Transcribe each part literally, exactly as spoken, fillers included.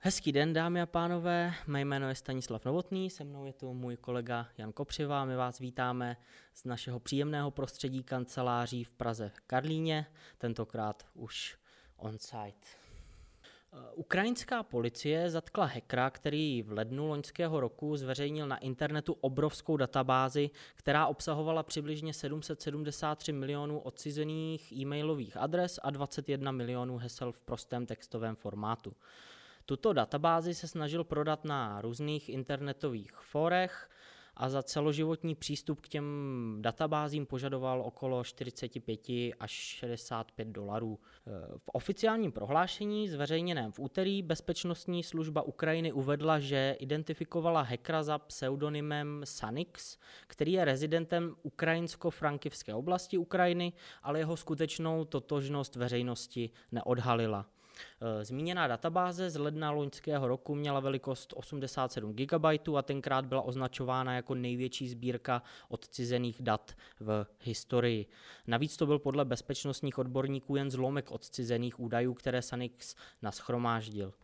Hezký den, dámy a pánové, mé jméno je Stanislav Novotný, se mnou je tu můj kolega Jan Kopřiva. My vás vítáme z našeho příjemného prostředí kanceláří v Praze Karlíně, tentokrát už on-site. Ukrajinská policie zatkla hackera, který v lednu loňského roku zveřejnil na internetu obrovskou databázi, která obsahovala přibližně sedm set sedmdesát tři milionů odcizených e-mailových adres a dvacet jedna milionů hesel v prostém textovém formátu. Tuto databázi se snažil prodat na různých internetových fórech a za celoživotní přístup k těm databázím požadoval okolo čtyřicet pět až šedesát pět dolarů. V oficiálním prohlášení zveřejněném v úterý bezpečnostní služba Ukrajiny uvedla, že identifikovala hackera za pseudonymem Sanix, který je rezidentem ukrajinsko-frankivské oblasti Ukrajiny, ale jeho skutečnou totožnost veřejnosti neodhalila. Zmíněná databáze z ledna loňského roku měla velikost osmdesát sedm gigabajtů a tenkrát byla označována jako největší sbírka odcizených dat v historii. Navíc to byl podle bezpečnostních odborníků jen zlomek odcizených údajů, které Sanix nashromáždil.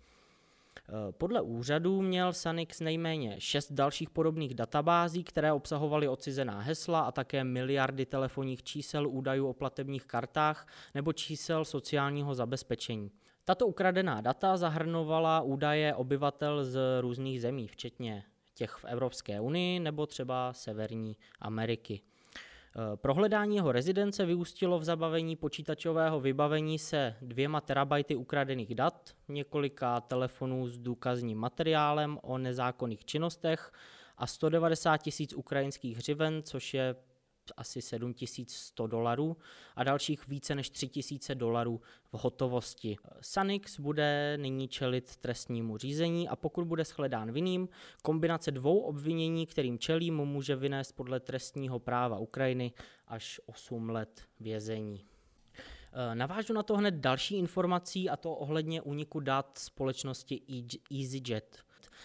Podle úřadu měl Sanix nejméně šest dalších podobných databází, které obsahovaly odcizená hesla a také miliardy telefonních čísel, údajů o platebních kartách nebo čísel sociálního zabezpečení. Tato ukradená data zahrnovala údaje obyvatel z různých zemí, včetně těch v Evropské unii nebo třeba Severní Ameriky. Prohledání jeho rezidence vyústilo v zabavení počítačového vybavení se dvěma terabajty ukradených dat, několika telefonů s důkazním materiálem o nezákonných činnostech a sto devadesát tisíc ukrajinských hřiven, což je asi sedm tisíc sto dolarů a dalších více než tři tisíce dolarů v hotovosti. Sanix bude nyní čelit trestnímu řízení a pokud bude shledán vinným, kombinace dvou obvinění, kterým čelí, mu může vynést podle trestního práva Ukrajiny až osm let vězení. Navážu na to hned další informací, a to ohledně úniku dat společnosti EasyJet.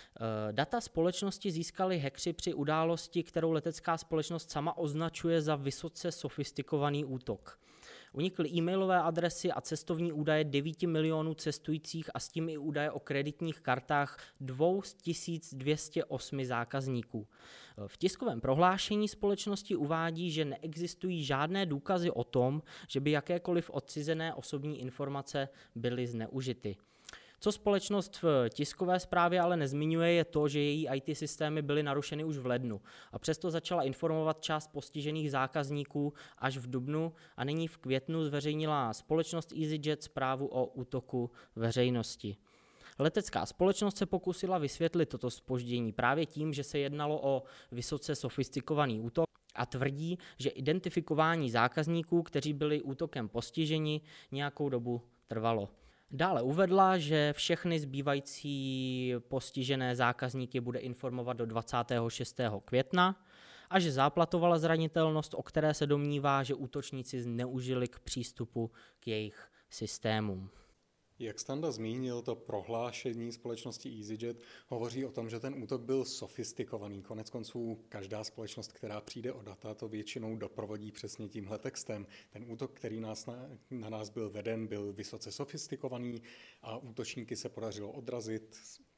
Data společnosti získali hackři při události, kterou letecká společnost sama označuje za vysoce sofistikovaný útok. Unikly e-mailové adresy a cestovní údaje devět milionů cestujících a s tím i údaje o kreditních kartách dvě stě tisíc dvě stě osm zákazníků. V tiskovém prohlášení společnosti uvádí, že neexistují žádné důkazy o tom, že by jakékoliv odcizené osobní informace byly zneužity. Co společnost v tiskové zprávě ale nezmiňuje, je to, že její í té systémy byly narušeny už v lednu a přesto začala informovat část postižených zákazníků až v dubnu a nyní v květnu zveřejnila společnost EasyJet zprávu o útoku veřejnosti. Letecká společnost se pokusila vysvětlit toto zpoždění právě tím, že se jednalo o vysoce sofistikovaný útok a tvrdí, že identifikování zákazníků, kteří byli útokem postiženi, nějakou dobu trvalo. Dále uvedla, že všechny zbývající postižené zákazníky bude informovat do dvacátého šestého května a že záplatovala zranitelnost, o které se domnívá, že útočníci zneužili k přístupu k jejich systémům. Jak Standa zmínil, to prohlášení společnosti EasyJet hovoří o tom, že ten útok byl sofistikovaný. Konec konců každá společnost, která přijde o data, to většinou doprovodí přesně tímhle textem. Ten útok, který nás na, na nás byl veden, byl vysoce sofistikovaný a útočníky se podařilo odrazit.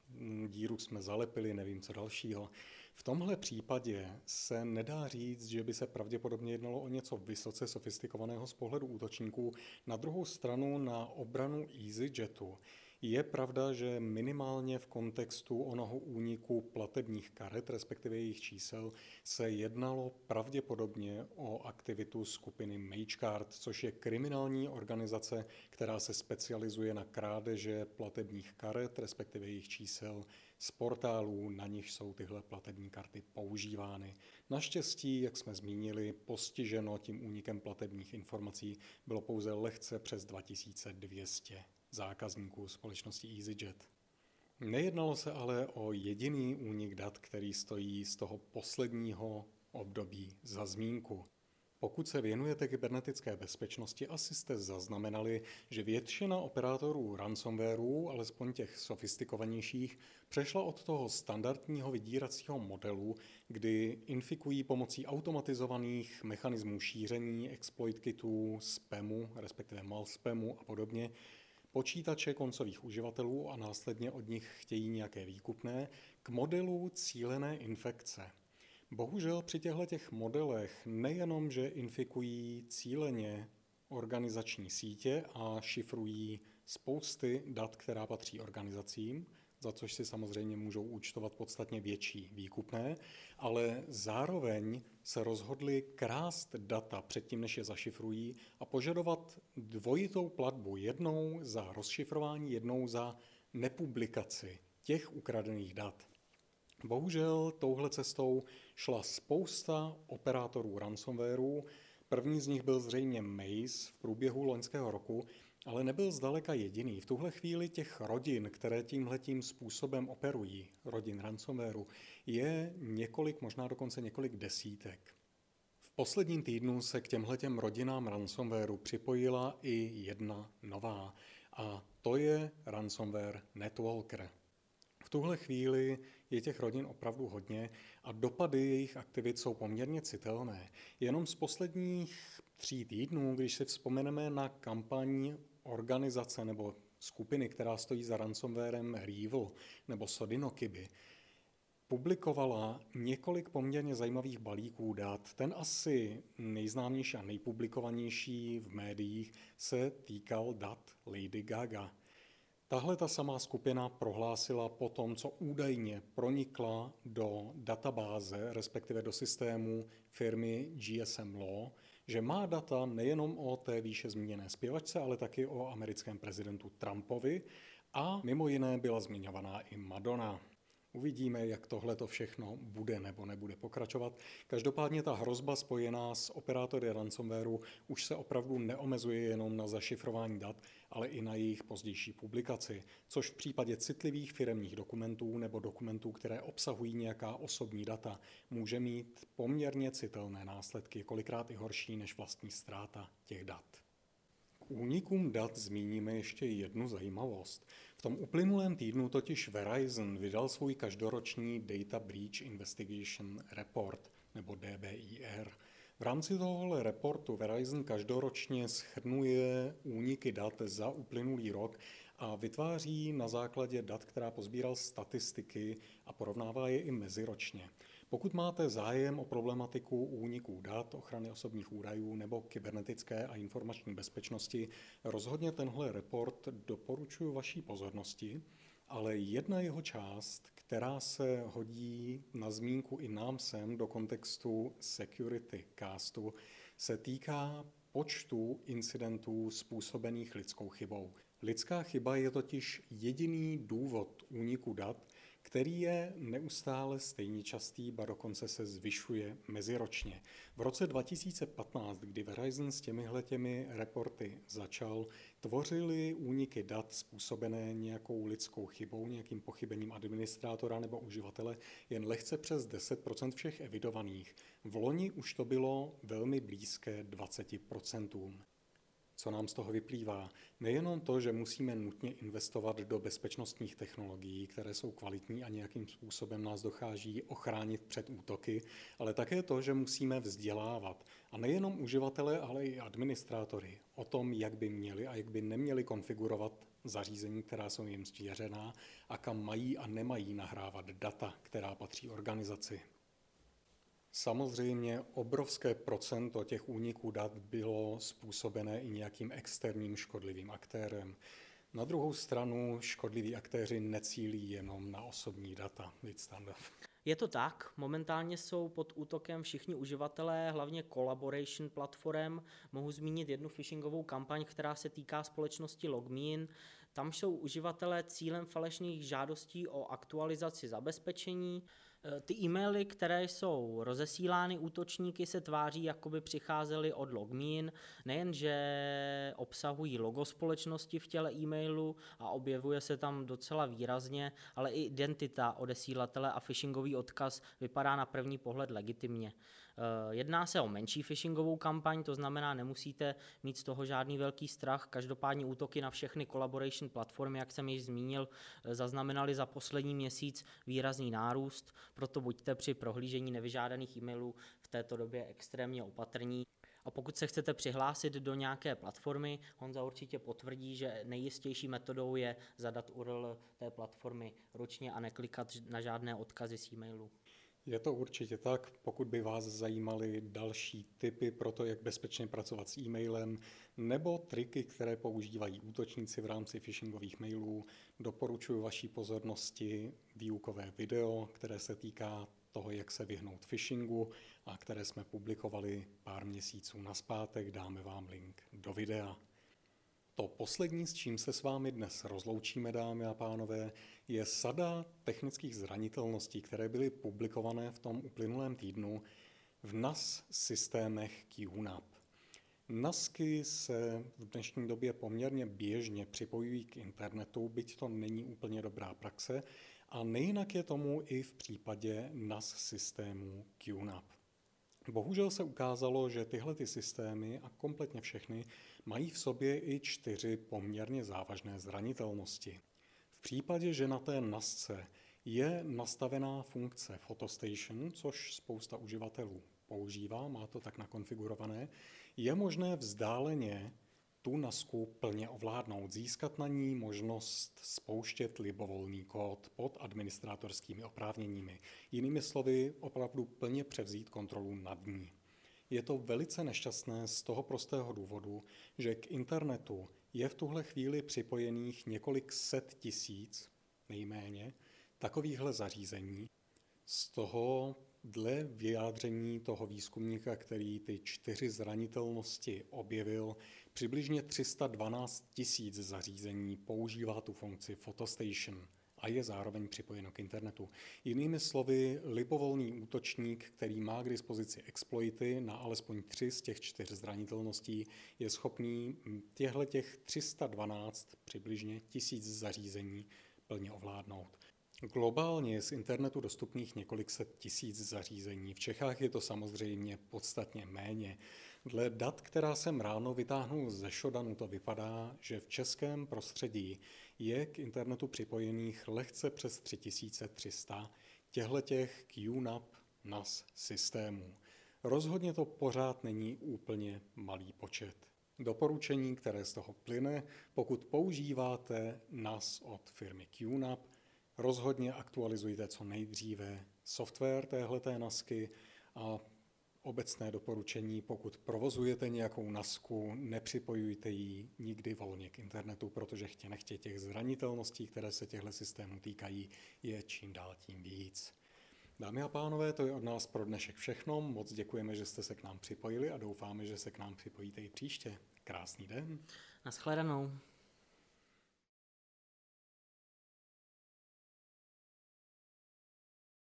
Díru jsme zalepili, nevím co dalšího. V tomhle případě se nedá říct, že by se pravděpodobně jednalo o něco vysoce sofistikovaného z pohledu útočníků. Na druhou stranu na obranu EasyJetu je pravda, že minimálně v kontextu onoho úniku platebních karet, respektive jejich čísel, se jednalo pravděpodobně o aktivitu skupiny MageCard, což je kriminální organizace, která se specializuje na krádeže platebních karet, respektive jejich čísel z portálů, na nich jsou tyhle platební karty používány. Naštěstí, jak jsme zmínili, postiženo tím únikem platebních informací bylo pouze lehce přes dva tisíce dvě stě zákazníků společnosti EasyJet. Nejednalo se ale o jediný únik dat, který stojí z toho posledního období za zmínku. Pokud se věnujete kybernetické bezpečnosti, asi jste zaznamenali, že většina operátorů ransomwarů, alespoň těch sofistikovanějších, přešla od toho standardního vydíracího modelu, kdy infikují pomocí automatizovaných mechanismů šíření, exploit kitů, spamu, respektive malspamu a podobně, počítače koncových uživatelů a následně od nich chtějí nějaké výkupné, k modelu cílené infekce. Bohužel při těchto těch modelech nejenom, že infikují cíleně organizační sítě a šifrují spousty dat, která patří organizacím, za což si samozřejmě můžou účtovat podstatně větší výkupné, ale zároveň se rozhodli krást data předtím, než je zašifrují a požadovat dvojitou platbu, jednou za rozšifrování, jednou za nepublikaci těch ukradených dat. Bohužel touhle cestou šla spousta operátorů ransomwareu. První z nich byl zřejmě Maze v průběhu loňského roku, ale nebyl zdaleka jediný. V tuhle chvíli těch rodin, které tímhletím způsobem operují, rodin ransomwareu, je několik, možná dokonce několik desítek. V posledním týdnu se k těmhletěm rodinám ransomwareu připojila i jedna nová, a to je ransomware Netwalker. V tuhle chvíli je těch rodin opravdu hodně a dopady jejich aktivit jsou poměrně citelné. Jenom z posledních tří týdnů, když si vzpomeneme na kampaň organizace nebo skupiny, která stojí za ransomwarem Revil nebo Sodinokiby, publikovala několik poměrně zajímavých balíků dat. Ten asi nejznámější a nejpublikovanější v médiích se týkal dat Lady Gaga. Tahle ta samá skupina prohlásila po tom, co údajně pronikla do databáze, respektive do systému firmy G S M Law, že má data nejenom o té výše zmíněné zpěvačce, ale taky o americkém prezidentu Trumpovi a mimo jiné byla zmiňovaná i Madonna. Uvidíme, jak tohle to všechno bude nebo nebude pokračovat. Každopádně ta hrozba spojená s operátory ransomwareu už se opravdu neomezuje jenom na zašifrování dat, ale i na jejich pozdější publikaci, což v případě citlivých firemních dokumentů nebo dokumentů, které obsahují nějaká osobní data, může mít poměrně citelné následky, kolikrát i horší než vlastní ztráta těch dat. K únikům dat zmíníme ještě jednu zajímavost. V tom uplynulém týdnu totiž Verizon vydal svůj každoroční Data Breach Investigation Report, nebo D B I R. V rámci tohohle reportu Verizon každoročně shrnuje úniky dat za uplynulý rok a vytváří na základě dat, která pozbíral, statistiky a porovnává je i meziročně. Pokud máte zájem o problematiku úniků dat, ochrany osobních údajů nebo kybernetické a informační bezpečnosti, rozhodně tenhle report doporučuji vaší pozornosti, ale jedna jeho část, která se hodí na zmínku i nám sem do kontextu Security Castu, se týká počtu incidentů způsobených lidskou chybou. Lidská chyba je totiž jediný důvod úniku dat, který je neustále stejně častý, ba dokonce se zvyšuje meziročně. V roce dva tisíce patnáct, kdy Verizon s těmihle reporty začal, tvořily úniky dat způsobené nějakou lidskou chybou, nějakým pochybením administrátora nebo uživatele jen lehce přes deset procent všech evidovaných. V loni už to bylo velmi blízké dvacet procent. Co nám z toho vyplývá? Nejenom to, že musíme nutně investovat do bezpečnostních technologií, které jsou kvalitní a nějakým způsobem nás dokáží ochránit před útoky, ale také to, že musíme vzdělávat. A nejenom uživatele, ale i administrátory o tom, jak by měli a jak by neměli konfigurovat zařízení, která jsou jim svěřená a kam mají a nemají nahrávat data, která patří organizaci. Samozřejmě obrovské procento těch úniků dat bylo způsobené i nějakým externím škodlivým aktérem. Na druhou stranu škodliví aktéři necílí jenom na osobní data. Je to tak, momentálně jsou pod útokem všichni uživatelé, hlavně collaboration platform. Mohu zmínit jednu phishingovou kampaň, která se týká společnosti LogMeIn. Tam jsou uživatelé cílem falešných žádostí o aktualizaci zabezpečení. Ty e-maily, které jsou rozesílány útočníky, se tváří, jako by přicházely od LogMeIn. Nejenže obsahují logo společnosti v těle e-mailu a objevuje se tam docela výrazně, ale i identita odesílatele a phishingový odkaz vypadá na první pohled legitimně. Jedná se o menší phishingovou kampaň, to znamená, nemusíte mít z toho žádný velký strach. Každopádně útoky na všechny collaboration platformy, jak jsem již zmínil, zaznamenaly za poslední měsíc výrazný nárůst, proto buďte při prohlížení nevyžádaných e-mailů v této době extrémně opatrní. A pokud se chcete přihlásit do nějaké platformy, Honza určitě potvrdí, že nejjistější metodou je zadat U R L té platformy ručně a neklikat na žádné odkazy z e-mailu. Je to určitě tak. Pokud by vás zajímaly další tipy pro to, jak bezpečně pracovat s e-mailem, nebo triky, které používají útočníci v rámci phishingových mailů, doporučuji vaší pozornosti výukové video, které se týká toho, jak se vyhnout phishingu a které jsme publikovali pár měsíců nazpátek. Dáme vám link do videa. To poslední, s čím se s vámi dnes rozloučíme, dámy a pánové, je sada technických zranitelností, které byly publikované v tom uplynulém týdnu v N A S systémech QNAP. NASky se v dnešní době poměrně běžně připojují k internetu, byť to není úplně dobrá praxe, a nejinak je tomu i v případě N A S systémů QNAP. Bohužel se ukázalo, že tyhle ty systémy a kompletně všechny mají v sobě i čtyři poměrně závažné zranitelnosti. V případě, že na té NASce je nastavená funkce PhotoStation, což spousta uživatelů používá, má to tak nakonfigurované, je možné vzdáleně tu NASku plně ovládnout, získat na ní možnost spouštět libovolný kód pod administrátorskými oprávněními. Jinými slovy, opravdu plně převzít kontrolu nad ní. Je to velice nešťastné z toho prostého důvodu, že k internetu je v tuhle chvíli připojených několik set tisíc, nejméně, takovýchhle zařízení. Z toho dle vyjádření toho výzkumníka, který ty čtyři zranitelnosti objevil, přibližně tři sta dvanáct tisíc zařízení používá tu funkci PhotoStation a je zároveň připojeno k internetu. Jinými slovy, libovolný útočník, který má k dispozici exploity na alespoň tři z těch čtyř zranitelností, je schopný těchto tři sta dvanáct přibližně tisíc zařízení plně ovládnout. Globálně je z internetu dostupných několik set tisíc zařízení. V Čechách je to samozřejmě podstatně méně. Dle dat, která jsem ráno vytáhnul ze Shodanu, to vypadá, že v českém prostředí je k internetu připojených lehce přes tři tisíce tři sta těchhletěch QNAP N A S systémů. Rozhodně to pořád není úplně malý počet. Doporučení, které z toho plyne, pokud používáte N A S od firmy QNAP, rozhodně aktualizujte co nejdříve software téhleté NASky a obecné doporučení, pokud provozujete nějakou NASku, nepřipojujte ji nikdy volně k internetu, protože chtě nechtě těch zranitelností, které se těchto systémů týkají, je čím dál tím víc. Dámy a pánové, to je od nás pro dnešek všechno. Moc děkujeme, že jste se k nám připojili a doufáme, že se k nám připojíte i příště. Krásný den. Naschledanou.